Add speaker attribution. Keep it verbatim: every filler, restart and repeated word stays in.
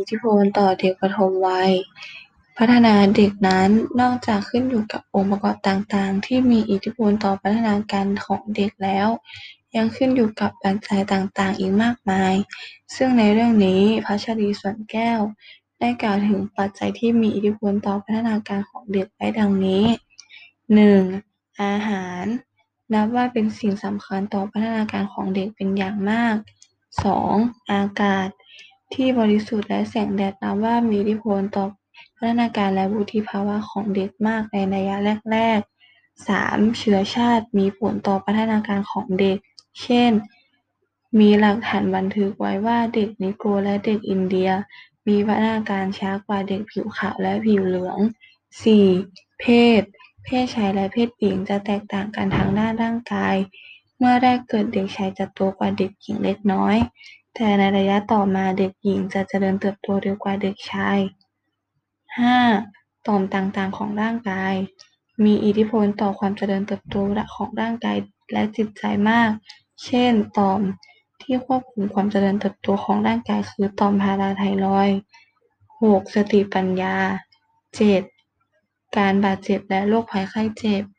Speaker 1: ทธิพลต่อเด็กปฐมวัยพัฒนาเด็กนั้นนอกจากขึ้นอยู่กับองค์ประกอบต่างๆที่มีอิทธิพลต่อพัฒนาการของเด็กแล้วยังขึ้นอยู่กับปัจจัยต่างๆอีกมากมายซึ่งในเรื่องนี้พัชรี สวนแก้วได้กล่าวถึงปัจจัยที่มีอิทธิพลต่อพัฒนาการของเด็กไว้ดังนี้ หนึ่ง อาหารนับว่าเป็นสิ่งสำคัญต่อพัฒนาการของเด็กเป็นอย่างมาก สอง อากาศที่บริสุทธิ์และแสงแดดนับว่ามีอิทธิพลต่อพัฒนาการและวุฒิภาวะของเด็กมากในระยะแรกๆ สาม เชื้อชาติมีผลต่อพัฒนาการของเด็ก เช่น มีหลักฐานบันทึกไว้ว่าเด็กนิโกรและเด็กอินเดียมีพัฒนาการช้ากว่าเด็กผิวขาวและผิวเหลือง สี่ เพศ เพศชายและเพศหญิงจะแตกต่างกันทางด้านร่างกาย เมื่อแรกเกิดเด็กชายจะโตกว่าเด็กหญิงเล็กน้อย แต่ในระยะต่อมาเด็กหญิงจะเจริญเติบโตเร็วกว่าเด็กชาย ห้า ต่อมต่างๆของร่างกาย มีอิทธิพลต่อความเจริญเติบโตของร่างกายและจิตใจมาก เช่น ต่อมที่ควบคุมความเจริญเติบโตของร่างกายคือต่อมพาราไทรอยด์ หก สติปัญญา เจ็ด การบาดเจ็บและโรคภัยไข้เจ็บ